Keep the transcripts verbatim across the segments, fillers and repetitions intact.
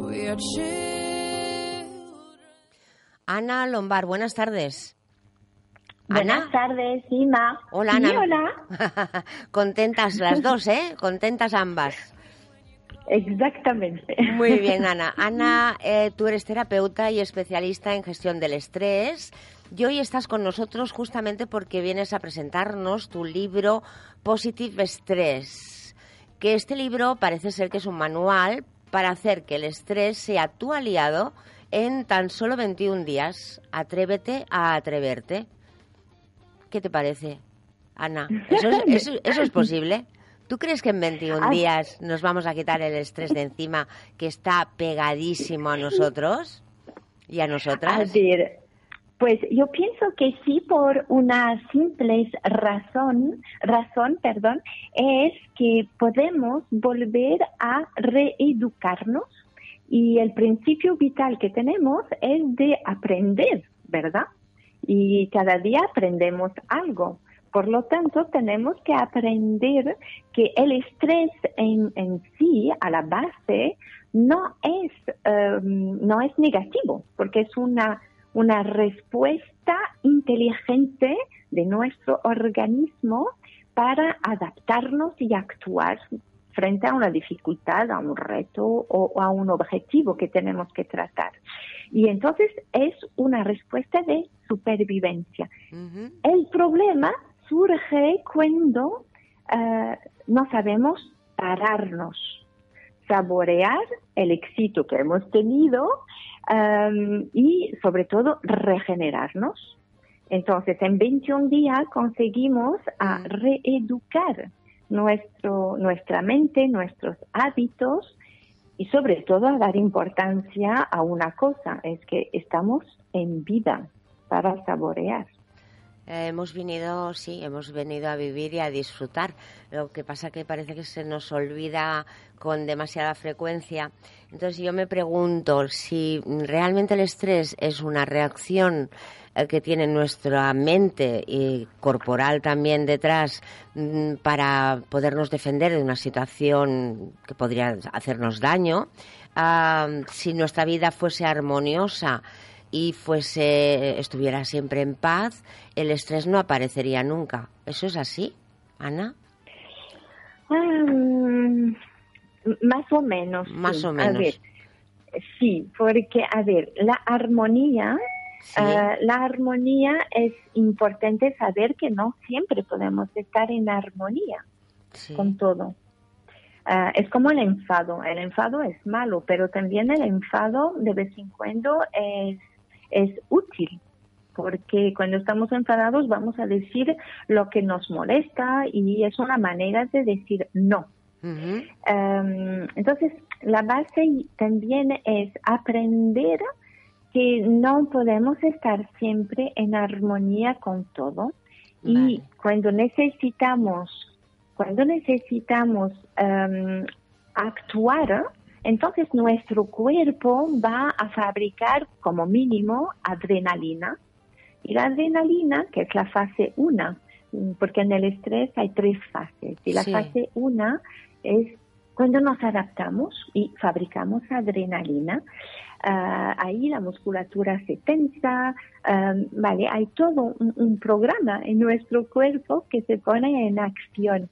Ana Lombard, buenas tardes. Buenas Ana. tardes, Ima. Hola, sí, Ana. Hola. Contentas las dos, ¿eh? Contentas ambas. Exactamente. Muy bien, Ana. Ana, eh, tú eres terapeuta y especialista en gestión del estrés. Y hoy estás con nosotros justamente porque vienes a presentarnos tu libro Positive Stress. Que este libro parece ser que es un manual para hacer que el estrés sea tu aliado en tan solo veintiún días. Atrévete a atreverte. ¿Qué te parece, Ana? ¿Eso es, eso, eso es posible? ¿Tú crees que en veintiún días nos vamos a quitar el estrés de encima que está pegadísimo a nosotros y a nosotras? A ver, pues yo pienso que sí, por una simple razón, razón, perdón, es que podemos volver a reeducarnos y el principio vital que tenemos es de aprender, ¿verdad? Y cada día aprendemos algo. Por lo tanto, tenemos que aprender que el estrés en, en sí, a la base, no es, um, no es negativo, porque es una, una respuesta inteligente de nuestro organismo para adaptarnos y actuar frente a una dificultad, a un reto o a un objetivo que tenemos que tratar. Y entonces es una respuesta de supervivencia. Uh-huh. El problema surge cuando uh, no sabemos pararnos, saborear el éxito que hemos tenido um, y sobre todo regenerarnos. Entonces en veintiún días conseguimos a reeducar nuestro, nuestra mente, nuestros hábitos y sobre todo a dar importancia a una cosa, es que estamos en vida para saborear. Eh, hemos venido, sí, hemos venido a vivir y a disfrutar. Lo que pasa que parece que se nos olvida con demasiada frecuencia. Entonces yo me pregunto si realmente el estrés es una reacción eh, que tiene nuestra mente y corporal también detrás mm, para podernos defender de una situación que podría hacernos daño. Ah, si nuestra vida fuese armoniosa y fuese estuviera siempre en paz, el estrés no aparecería nunca. ¿Eso es así, Ana? Um, más o menos. Más sí. o menos. A ver, sí, porque, a ver, la armonía, sí. uh, la armonía es importante saber que no siempre podemos estar en armonía sí. con todo. Uh, es como el enfado. El enfado es malo, pero también el enfado de vez en cuando es es útil, porque cuando estamos enfadados vamos a decir lo que nos molesta y es una manera de decir no. Uh-huh. Um, entonces, la base también es aprender que no podemos estar siempre en armonía con todo. Vale. Y cuando necesitamos, cuando necesitamos um, actuar, entonces nuestro cuerpo va a fabricar como mínimo adrenalina. Y la adrenalina, que es la fase uno, porque en el estrés hay tres fases. Y la sí. fase uno es cuando nos adaptamos y fabricamos adrenalina. Uh, ahí la musculatura se tensa, um, vale, hay todo un, un programa en nuestro cuerpo que se pone en acción.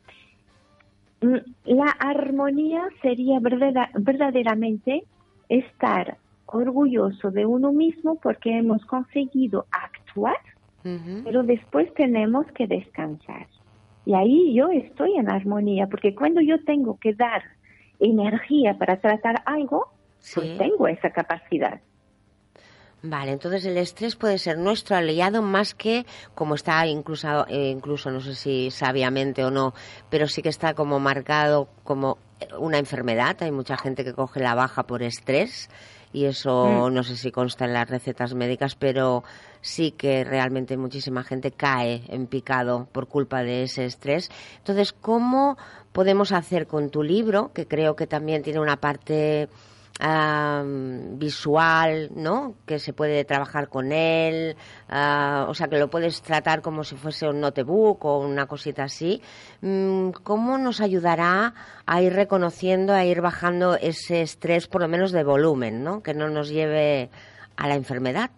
La armonía sería verdad, verdaderamente estar orgulloso de uno mismo porque hemos conseguido actuar, uh-huh. pero después tenemos que descansar. Y ahí yo estoy en armonía, porque cuando yo tengo que dar energía para tratar algo, sí. pues tengo esa capacidad. Vale, entonces el estrés puede ser nuestro aliado más que, como está incluso, eh, incluso no sé si sabiamente o no, pero sí que está como marcado como una enfermedad. Hay mucha gente que coge la baja por estrés y eso mm. no sé si consta en las recetas médicas, pero sí que realmente muchísima gente cae en picado por culpa de ese estrés. Entonces, ¿cómo podemos hacer con tu libro, que creo que también tiene una parte uh, visual, ¿no? Que se puede trabajar con él, uh, o sea, que lo puedes tratar como si fuese un notebook o una cosita así. ¿Cómo nos ayudará a ir reconociendo, a ir bajando ese estrés, por lo menos de volumen, ¿no? Que no nos lleve a la enfermedad?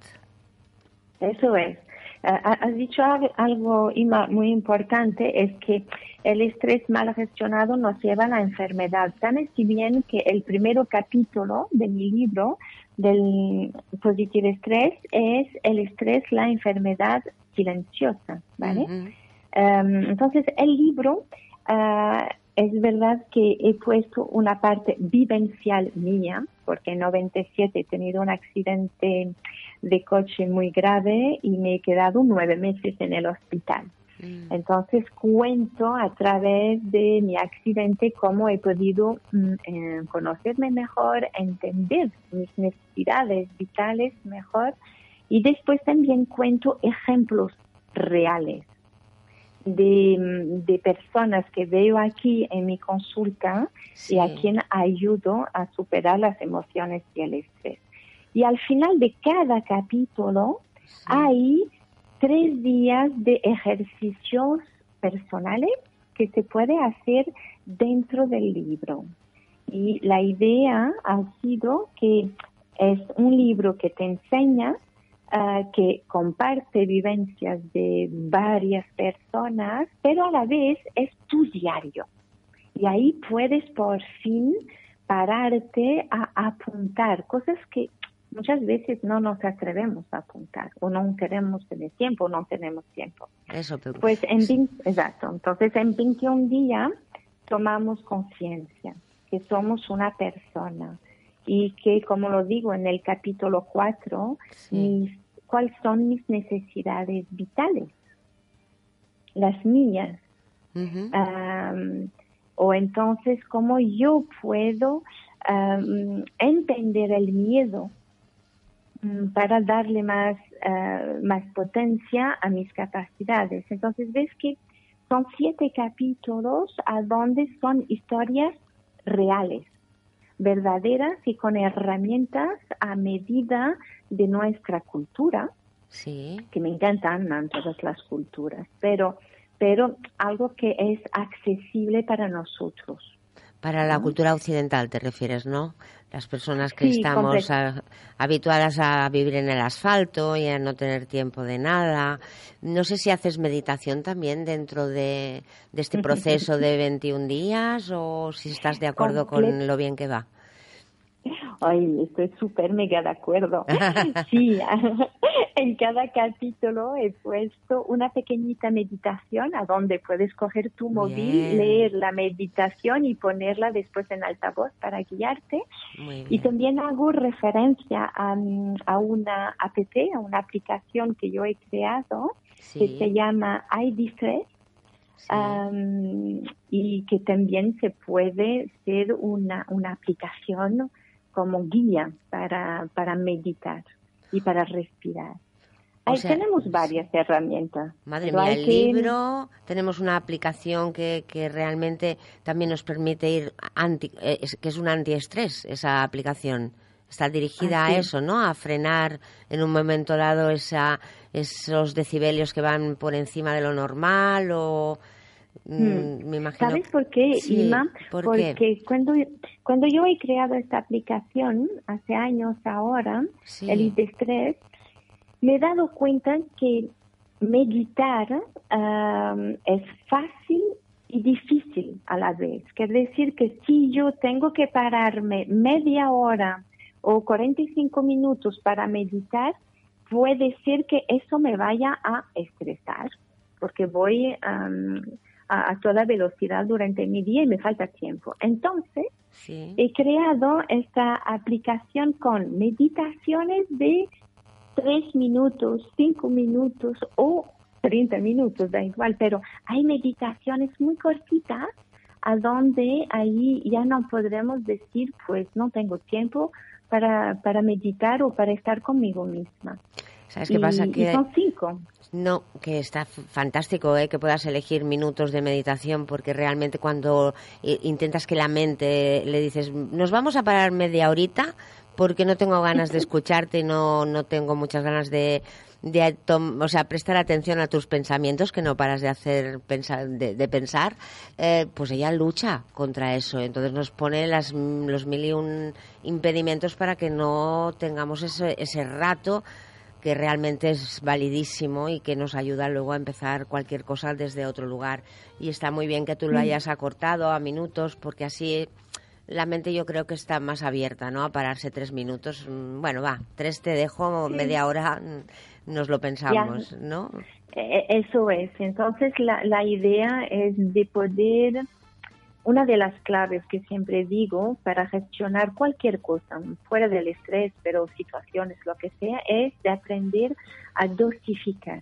Eso es. Has dicho algo muy importante, es que el estrés mal gestionado nos lleva a la enfermedad. Tan es bien que el primer capítulo de mi libro, del Positive Stress, es el estrés, la enfermedad silenciosa, ¿vale? Uh-huh. Um, entonces, el libro, uh, es verdad que he puesto una parte vivencial mía, porque en noventa y siete he tenido un accidente de coche muy grave y me he quedado nueve meses en el hospital. Mm. Entonces cuento a través de mi accidente cómo he podido mm, eh, conocerme mejor, entender mis necesidades vitales mejor, y después también cuento ejemplos reales de, de personas que veo aquí en mi consulta, sí, y a quien ayudo a superar las emociones y el estrés. Y al final de cada capítulo, sí, hay tres días de ejercicios personales que se puede hacer dentro del libro. Y la idea ha sido que es un libro que te enseña, uh, que comparte vivencias de varias personas, pero a la vez es tu diario. Y ahí puedes por fin pararte a apuntar cosas que muchas veces no nos atrevemos a apuntar, o no queremos tener tiempo, o no tenemos tiempo. Eso, pero... Pues en veinte, exacto. Entonces, en veintiún días tomamos conciencia que somos una persona y que, como lo digo en el capítulo cuatro, sí, mis, cuáles son mis necesidades vitales, las mías. Uh-huh. Um, o entonces, cómo yo puedo um, entender el miedo para darle más, uh, más potencia a mis capacidades. Entonces ves que son siete capítulos a donde son historias reales, verdaderas y con herramientas a medida de nuestra cultura, sí, que me encantan en todas las culturas, pero, pero algo que es accesible para nosotros. Para la cultura occidental te refieres, ¿no? Las personas que sí, estamos a, habituadas a vivir en el asfalto y a no tener tiempo de nada. No sé si haces meditación también dentro de, de este proceso de veintiún días o si estás de acuerdo Comple- con lo bien que va. Ay, estoy súper mega de acuerdo. Sí, en cada capítulo he puesto una pequeñita meditación a donde puedes coger tu móvil, bien, leer la meditación y ponerla después en altavoz para guiarte. Y también hago referencia a, a una app, a una aplicación que yo he creado, sí, que se llama iDistress. Sí. Um, y que también se puede ser una, una aplicación como guía para, para meditar y para respirar. Ahí sea, tenemos varias sí. herramientas. Madre mía, el que... libro, tenemos una aplicación que, que realmente también nos permite ir, anti, eh, es, que es un antiestrés, esa aplicación. Está dirigida Así. a eso, ¿no? A frenar en un momento dado esa, esos decibelios que van por encima de lo normal o... Mm, me imagino. ¿Sabes por qué, sí, Ima? ¿por Porque qué? cuando cuando yo he creado esta aplicación hace años ahora, sí. el Idestress, me he dado cuenta que meditar um, es fácil y difícil a la vez. Quiere decir que si yo tengo que pararme media hora o cuarenta y cinco minutos para meditar, puede ser que eso me vaya a estresar, porque voy um, a, a toda velocidad durante mi día y me falta tiempo. Entonces, sí. he creado esta aplicación con meditaciones de tres minutos, cinco minutos o treinta minutos, da igual, pero hay meditaciones muy cortitas a donde ahí ya no podremos decir, pues no tengo tiempo para, para meditar o para estar conmigo misma. ¿Sabes qué pasa? Y, que y son cinco. No, que está fantástico, ¿eh? Que puedas elegir minutos de meditación, porque realmente cuando intentas que la mente le dices, nos vamos a parar media horita porque no tengo ganas de escucharte y no, no tengo muchas ganas de, de o sea, prestar atención a tus pensamientos, que no paras de hacer pensar, de, de pensar, eh, pues ella lucha contra eso. Entonces nos pone las, los mil y un impedimentos para que no tengamos ese, ese rato que realmente es validísimo y que nos ayuda luego a empezar cualquier cosa desde otro lugar. Y está muy bien que tú lo hayas acortado a minutos, porque así la mente yo creo que está más abierta, ¿no? A pararse tres minutos. Bueno, va, tres te dejo, sí. Media hora nos lo pensamos, ya. ¿No? Eso es. Entonces la, la idea es de poder... Una de las claves que siempre digo para gestionar cualquier cosa, fuera del estrés, pero situaciones, lo que sea, es de aprender a dosificar.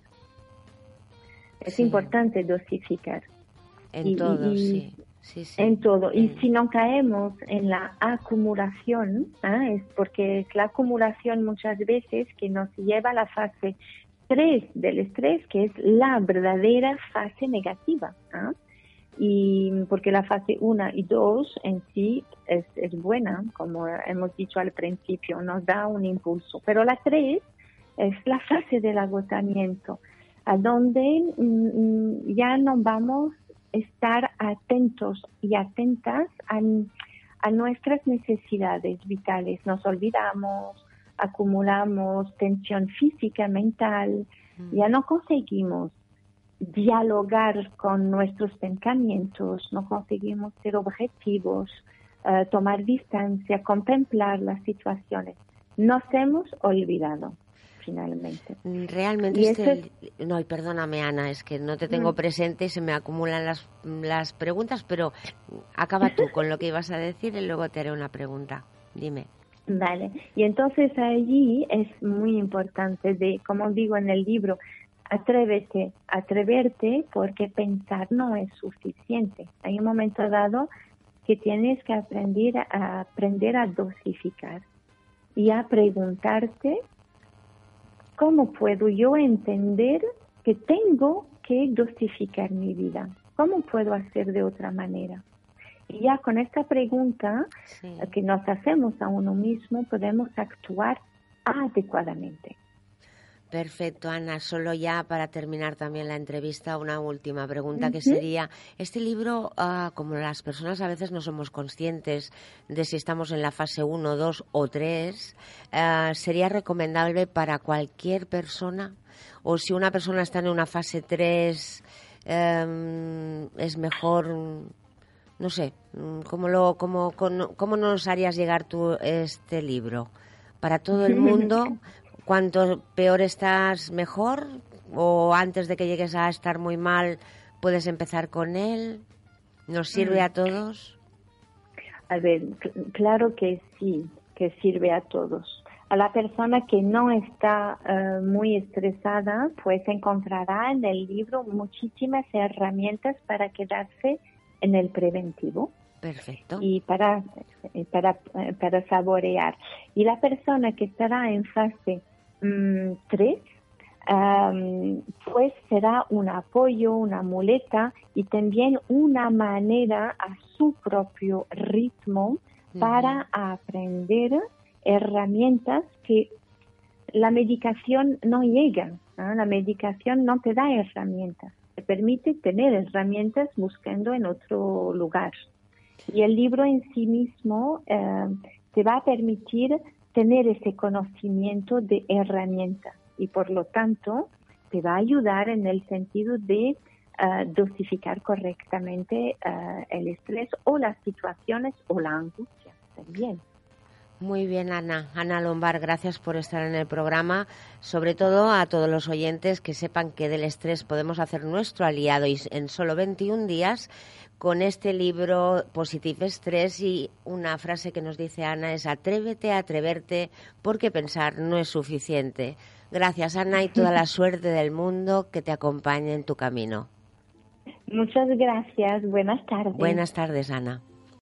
Es sí. importante dosificar. En y, todo, y, sí. Sí, sí. En todo. Y si no caemos en la acumulación, ¿eh? Es porque la acumulación muchas veces que nos lleva a la fase tres del estrés, que es la verdadera fase negativa, ¿eh? Y porque la fase uno y dos en sí es, es buena, como hemos dicho al principio, nos da un impulso. Pero la tres es la fase del agotamiento, a donde mm, ya no vamos a estar atentos y atentas a, a nuestras necesidades vitales. Nos olvidamos, acumulamos tensión física, mental, mm. ya no conseguimos dialogar con nuestros pensamientos, no conseguimos ser objetivos, uh, tomar distancia, contemplar las situaciones. Nos hemos olvidado, finalmente. Realmente este... Es... No, perdóname, Ana, es que no te tengo mm. presente y se me acumulan las, las preguntas, pero acaba tú con lo que ibas a decir y luego te haré una pregunta. Dime. Vale, y entonces allí es muy importante, de, como digo en el libro, Atrévete, atreverte, porque pensar no es suficiente. Hay un momento dado que tienes que aprender a, aprender a dosificar y a preguntarte cómo puedo yo entender que tengo que dosificar mi vida. ¿Cómo puedo hacer de otra manera? Y ya con esta pregunta sí. que nos hacemos a uno mismo podemos actuar adecuadamente. Perfecto, Ana. Solo ya para terminar también la entrevista, una última pregunta uh-huh. que sería, este libro, uh, como las personas a veces no somos conscientes de si estamos en la fase uno, dos o tres, uh, ¿sería recomendable para cualquier persona? O si una persona está en una fase tres, um, es mejor, no sé, ¿cómo, lo, cómo, cómo nos harías llegar tú este libro? ¿Para todo el mundo? ¿Cuanto peor estás, mejor? ¿O antes de que llegues a estar muy mal, puedes empezar con él? ¿Nos sirve a todos? A ver, cl- claro que sí, que sirve a todos. A la persona que no está uh, muy estresada, pues encontrará en el libro muchísimas herramientas para quedarse en el preventivo. Perfecto. Y para, para, para saborear. Y la persona que estará en fase tres, um, pues será un apoyo, una muleta y también una manera a su propio ritmo uh-huh. para aprender herramientas que la medicación no llega, ¿no? La medicación no te da herramientas, te permite tener herramientas buscando en otro lugar. Y el libro en sí mismo eh, te va a permitir tener ese conocimiento de herramientas y por lo tanto te va a ayudar en el sentido de uh, dosificar correctamente uh, el estrés o las situaciones o la angustia también. Muy bien, Ana. Ana Lombard, gracias por estar en el programa. Sobre todo a todos los oyentes que sepan que del estrés podemos hacer nuestro aliado y en solo veintiún días con este libro Positive Stress, y una frase que nos dice Ana es atrévete a atreverte porque pensar no es suficiente. Gracias, Ana, y toda la suerte del mundo que te acompañe en tu camino. Muchas gracias. Buenas tardes. Buenas tardes, Ana.